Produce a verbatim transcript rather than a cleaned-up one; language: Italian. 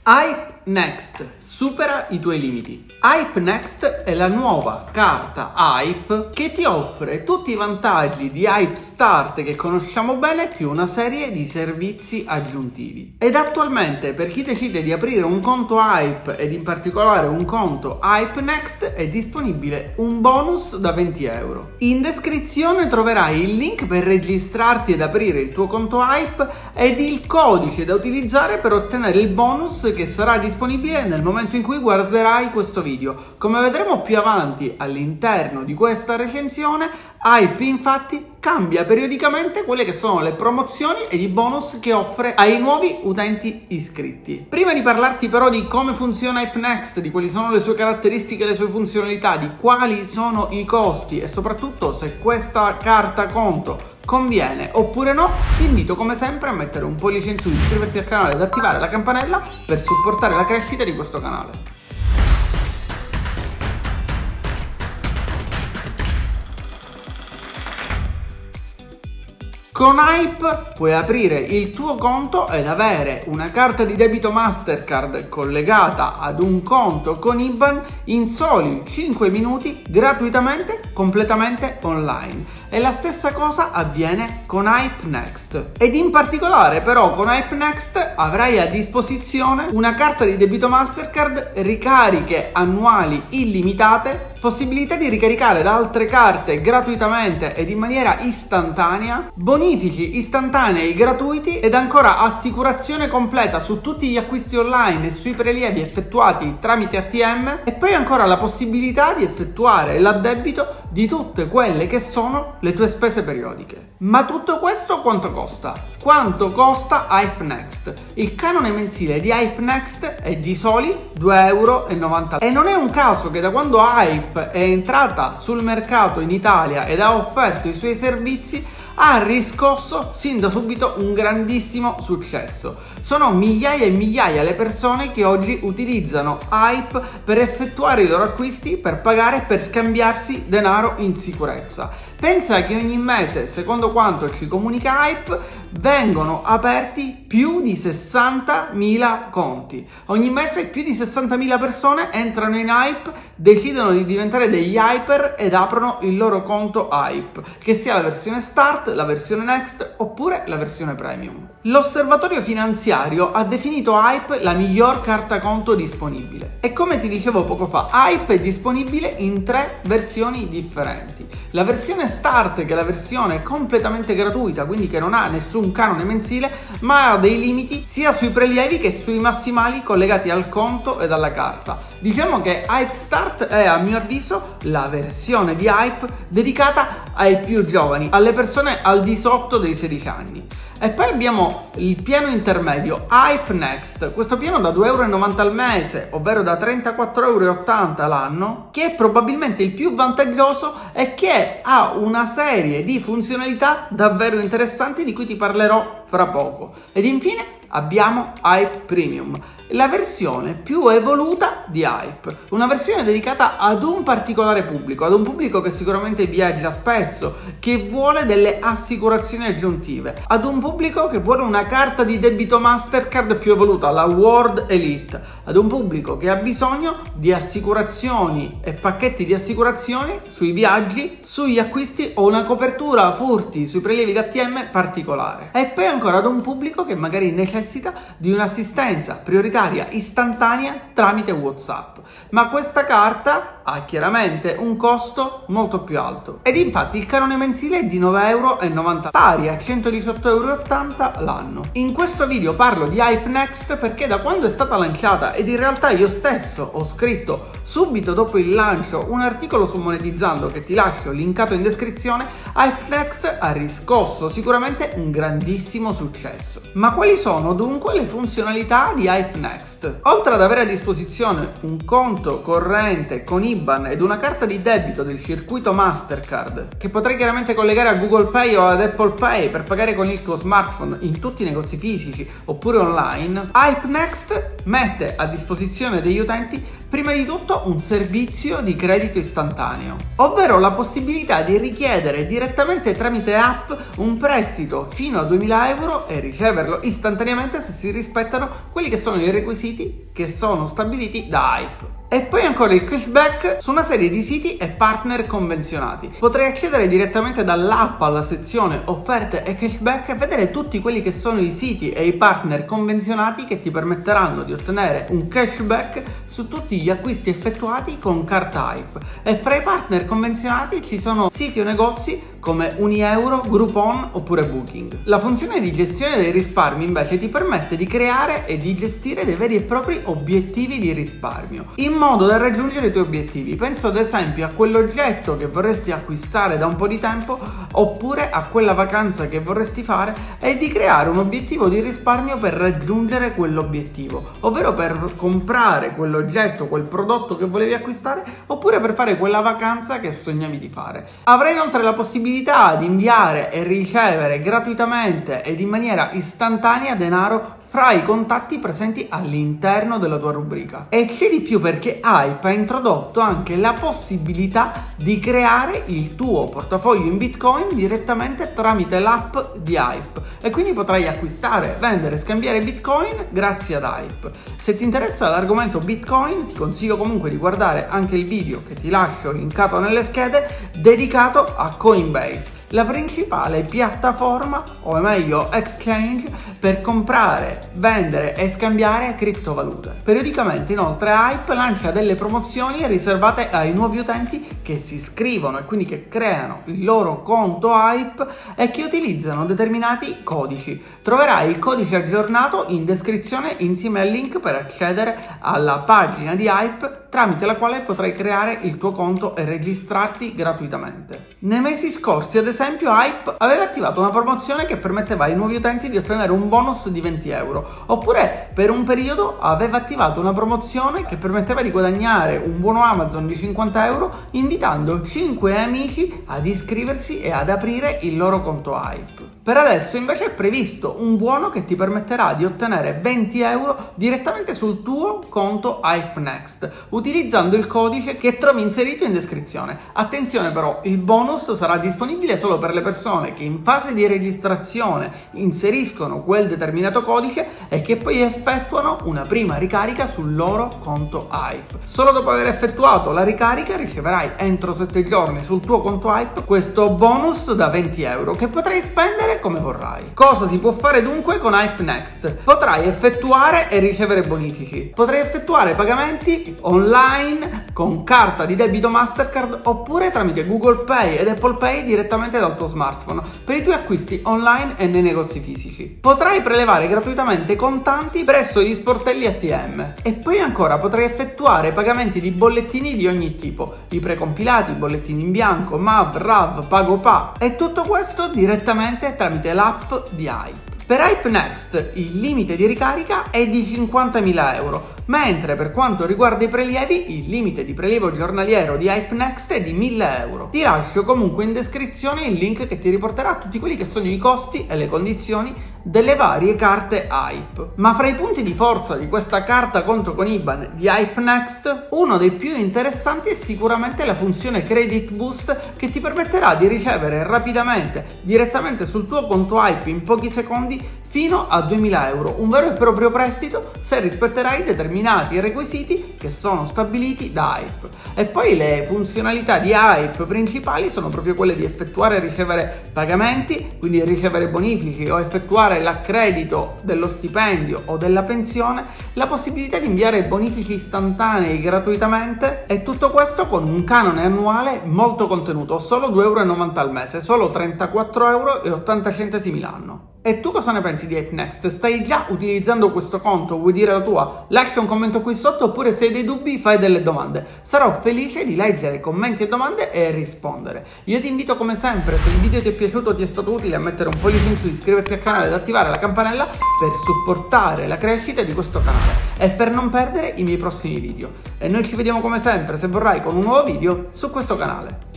Hype Next supera i tuoi limiti. Hype Next è la nuova carta Hype che ti offre tutti i vantaggi di Hype Start che conosciamo bene più una serie di servizi aggiuntivi. Ed attualmente per chi decide di aprire un conto Hype ed in particolare un conto Hype Next è disponibile un bonus da venti euro. In descrizione troverai il link per registrarti ed aprire il tuo conto Hype ed il codice da utilizzare per ottenere il bonus che sarà disponibile nel momento in cui guarderai questo video. Come vedremo più avanti all'interno di questa recensione, Hype infatti cambia periodicamente quelle che sono le promozioni ed i bonus che offre ai nuovi utenti iscritti. Prima di parlarti però di come funziona Hype Next, di quali sono le sue caratteristiche e le sue funzionalità, di quali sono i costi e soprattutto se questa carta conto conviene oppure no, ti invito come sempre a mettere un pollice in su, iscriverti al canale ed attivare la campanella per supportare la crescita di questo canale. Con Hype puoi aprire il tuo conto ed avere una carta di debito Mastercard collegata ad un conto con I B A N in soli cinque minuti gratuitamente, completamente online. E la stessa cosa avviene con Hype Next. Ed in particolare però con Hype Next avrai a disposizione una carta di debito Mastercard, ricariche annuali illimitate, possibilità di ricaricare da altre carte gratuitamente ed in maniera istantanea, bonifici istantanei gratuiti ed ancora assicurazione completa su tutti gli acquisti online e sui prelievi effettuati tramite A T M e poi ancora la possibilità di effettuare l'addebito di tutte quelle che sono le tue spese periodiche. Ma tutto questo quanto costa? Quanto costa Hype Next? Il canone mensile di Hype Next è di soli due euro e novanta. E non è un caso che da quando Hype è entrata sul mercato in Italia ed ha offerto i suoi servizi ha riscosso sin da subito un grandissimo successo. Sono migliaia e migliaia le persone che oggi utilizzano Hype per effettuare i loro acquisti, per pagare e per scambiarsi denaro in sicurezza. Pensa che ogni mese, secondo quanto ci comunica Hype, vengono aperti più di sessantamila conti. Ogni mese più di sessantamila persone entrano in Hype, decidono di diventare degli hyper ed aprono il loro conto Hype, che sia la versione Start, la versione Next oppure la versione Premium. L'osservatorio finanziario ha definito Hype la miglior carta conto disponibile e come ti dicevo poco fa, Hype è disponibile in tre versioni differenti. La versione Start, che è la versione completamente gratuita, quindi che non ha nessun canone mensile, ma ha dei limiti sia sui prelievi che sui massimali collegati al conto ed alla carta. Diciamo che Hype Start è, a mio avviso, la versione di Hype dedicata ai più giovani, alle persone al di sotto dei sedici anni. E poi abbiamo il piano intermedio Hype Next, questo piano da due euro e novanta al mese, ovvero da trentaquattro euro e ottanta l'anno, che è probabilmente il più vantaggioso e che ha una serie di funzionalità davvero interessanti di cui ti parlerò fra poco. Ed infine abbiamo Hype Premium, la versione più evoluta di Hype, una versione dedicata ad un particolare pubblico, ad un pubblico che sicuramente viaggia spesso, che vuole delle assicurazioni aggiuntive, ad un pubblico che vuole una carta di debito Mastercard più evoluta, la World Elite, ad un pubblico che ha bisogno di assicurazioni e pacchetti di assicurazioni sui viaggi, sugli acquisti o una copertura furti sui prelievi da A T M particolare. E poi ancora ad un pubblico che magari necessita di un'assistenza prioritaria istantanea tramite WhatsApp. Ma questa carta ha chiaramente un costo molto più alto ed infatti il canone mensile è di nove euro e novanta, pari a centodiciotto euro e ottanta l'anno. In questo video parlo di Hype Next perché da quando è stata lanciata, ed in realtà io stesso ho scritto subito dopo il lancio un articolo su Monetizzando che ti lascio linkato in descrizione, Hype Next ha riscosso sicuramente un grandissimo successo. Ma quali sono dunque le funzionalità di Hype Next? Oltre ad avere a disposizione un conto corrente con I I B A N ed una carta di debito del circuito Mastercard che potrai chiaramente collegare a Google Pay o ad Apple Pay per pagare con il tuo smartphone in tutti i negozi fisici oppure online, HypeNext mette a disposizione degli utenti prima di tutto un servizio di credito istantaneo, ovvero la possibilità di richiedere direttamente tramite app un prestito fino a duemila euro e riceverlo istantaneamente se si rispettano quelli che sono i requisiti che sono stabiliti da Hype. E poi ancora il cashback su una serie di siti e partner convenzionati. Potrai accedere direttamente dall'app alla sezione offerte e cashback e vedere tutti quelli che sono i siti e i partner convenzionati che ti permetteranno di ottenere un cashback su tutti gli acquisti effettuati con carta Hype. E fra i partner convenzionati ci sono siti o negozi come Unieuro, Groupon oppure Booking. La funzione di gestione dei risparmi invece ti permette di creare e di gestire dei veri e propri obiettivi di risparmio in modo da raggiungere i tuoi obiettivi. Penso ad esempio a quell'oggetto che vorresti acquistare da un po' di tempo oppure a quella vacanza che vorresti fare e di creare un obiettivo di risparmio per raggiungere quell'obiettivo, ovvero per comprare quell'oggetto, quel prodotto che volevi acquistare oppure per fare quella vacanza che sognavi di fare. Avrai inoltre la possibilità di inviare e ricevere gratuitamente ed in maniera istantanea denaro fra i contatti presenti all'interno della tua rubrica. E c'è di più perché Hype ha introdotto anche la possibilità di creare il tuo portafoglio in Bitcoin direttamente tramite l'app di Hype e quindi potrai acquistare, vendere, scambiare Bitcoin grazie ad Hype. Se ti interessa l'argomento Bitcoin ti consiglio comunque di guardare anche il video che ti lascio linkato nelle schede dedicato a Coinbase, la principale piattaforma, o meglio exchange, per comprare, vendere e scambiare criptovalute. Periodicamente inoltre Hype lancia delle promozioni riservate ai nuovi utenti che si iscrivono e quindi che creano il loro conto Hype e che utilizzano determinati codici. Troverai il codice aggiornato in descrizione insieme al link per accedere alla pagina di Hype tramite la quale potrai creare il tuo conto e registrarti gratuitamente. Nei mesi scorsi, ad esempio, Hype aveva attivato una promozione che permetteva ai nuovi utenti di ottenere un bonus di venti euro, oppure per un periodo aveva attivato una promozione che permetteva di guadagnare un buono Amazon di cinquanta euro invitando cinque amici ad iscriversi e ad aprire il loro conto Hype. Per adesso invece è previsto un buono che ti permetterà di ottenere venti euro direttamente sul tuo conto HypeNext utilizzando il codice che trovi inserito in descrizione. Attenzione però, il bonus sarà disponibile solo per le persone che in fase di registrazione inseriscono quel determinato codice e che poi effettuano una prima ricarica sul loro conto Hype. Solo dopo aver effettuato la ricarica riceverai entro sette giorni sul tuo conto Hype questo bonus da venti euro che potrai spendere come vorrai. Cosa si può fare dunque con HypeNext? Potrai effettuare e ricevere bonifici. Potrai effettuare pagamenti online con carta di debito Mastercard oppure tramite Google Pay ed Apple Pay direttamente dal tuo smartphone per i tuoi acquisti online e nei negozi fisici. Potrai prelevare gratuitamente contanti presso gli sportelli A T M e poi ancora potrai effettuare pagamenti di bollettini di ogni tipo, i precompilati, bollettini in bianco, M A V, R A V, PagoPA e tutto questo direttamente tramite l'app di Hype. Per HypeNext il limite di ricarica è di cinquantamila euro, mentre per quanto riguarda i prelievi il limite di prelievo giornaliero di HypeNext è di mille euro. Ti lascio comunque in descrizione il link che ti riporterà a tutti quelli che sono i costi e le condizioni delle varie carte Hype. Ma fra i punti di forza di questa carta conto con I B A N di HypeNext, uno dei più interessanti è sicuramente la funzione Credit Boost che ti permetterà di ricevere rapidamente, direttamente sul tuo conto Hype in pochi secondi, fino a duemila euro, un vero e proprio prestito se rispetterai determinati requisiti che sono stabiliti da Hype. E poi le funzionalità di Hype principali sono proprio quelle di effettuare e ricevere pagamenti, quindi ricevere bonifici o effettuare l'accredito dello stipendio o della pensione, la possibilità di inviare bonifici istantanei gratuitamente e tutto questo con un canone annuale molto contenuto, solo due euro e novanta al mese, solo trentaquattro euro e ottanta centesimi l'anno. E tu cosa ne pensi di ApeNext? Stai già utilizzando questo conto? Vuoi dire la tua? Lascia un commento qui sotto, oppure se hai dei dubbi fai delle domande. Sarò felice di leggere commenti e domande e rispondere. Io ti invito come sempre, se il video ti è piaciuto, ti è stato utile, a mettere un pollice in su, iscriverti al canale ed attivare la campanella per supportare la crescita di questo canale e per non perdere i miei prossimi video. E noi ci vediamo come sempre, se vorrai, con un nuovo video su questo canale.